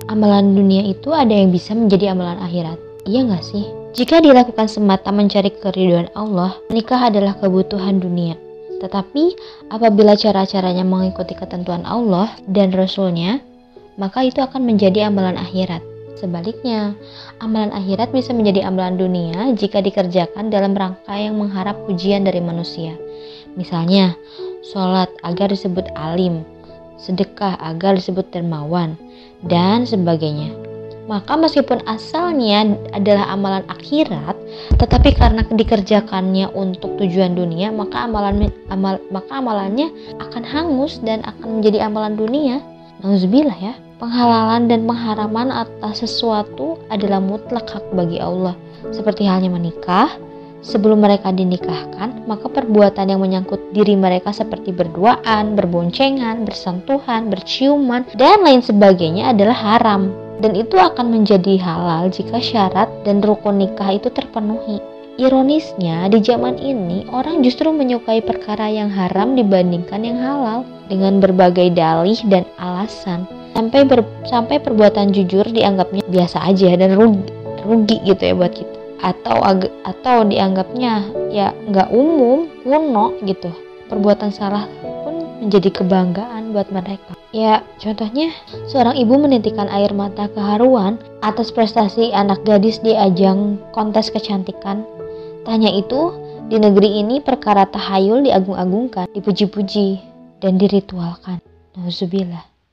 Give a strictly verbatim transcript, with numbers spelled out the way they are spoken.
amalan dunia itu ada yang bisa menjadi amalan akhirat. Iya nggak sih? Jika dilakukan semata mencari keridhaan Allah, nikah adalah kebutuhan dunia. Tetapi apabila cara-caranya mengikuti ketentuan Allah dan Rasul-Nya, maka itu akan menjadi amalan akhirat. Sebaliknya, amalan akhirat bisa menjadi amalan dunia jika dikerjakan dalam rangka yang mengharap pujian dari manusia. Misalnya, sholat agar disebut alim, sedekah agar disebut dermawan, dan sebagainya. Maka meskipun asalnya adalah amalan akhirat, tetapi karena dikerjakannya untuk tujuan dunia, maka amalan amal, maka amalannya akan hangus dan akan menjadi amalan dunia. Nauzubillah ya. Penghalalan dan pengharaman atas sesuatu adalah mutlak hak bagi Allah. Seperti halnya menikah, sebelum mereka dinikahkan, maka perbuatan yang menyangkut diri mereka seperti berduaan, berboncengan, bersentuhan, berciuman, dan lain sebagainya adalah haram. Dan itu akan menjadi halal jika syarat dan rukun nikah itu terpenuhi. Ironisnya, di zaman ini orang justru menyukai perkara yang haram dibandingkan yang halal dengan berbagai dalih dan alasan. Sampai ber, sampai perbuatan jujur dianggapnya biasa aja dan rugi, rugi gitu ya buat kita. Atau ag- atau dianggapnya ya nggak umum, kuno gitu. Perbuatan salah pun menjadi kebanggaan buat mereka. Ya, contohnya seorang ibu menitikkan air mata keharuan atas prestasi anak gadis di ajang kontes kecantikan. Tanya itu, di negeri ini perkara tahayul diagung-agungkan, dipuji-puji, dan diritualkan. Nauzubillah.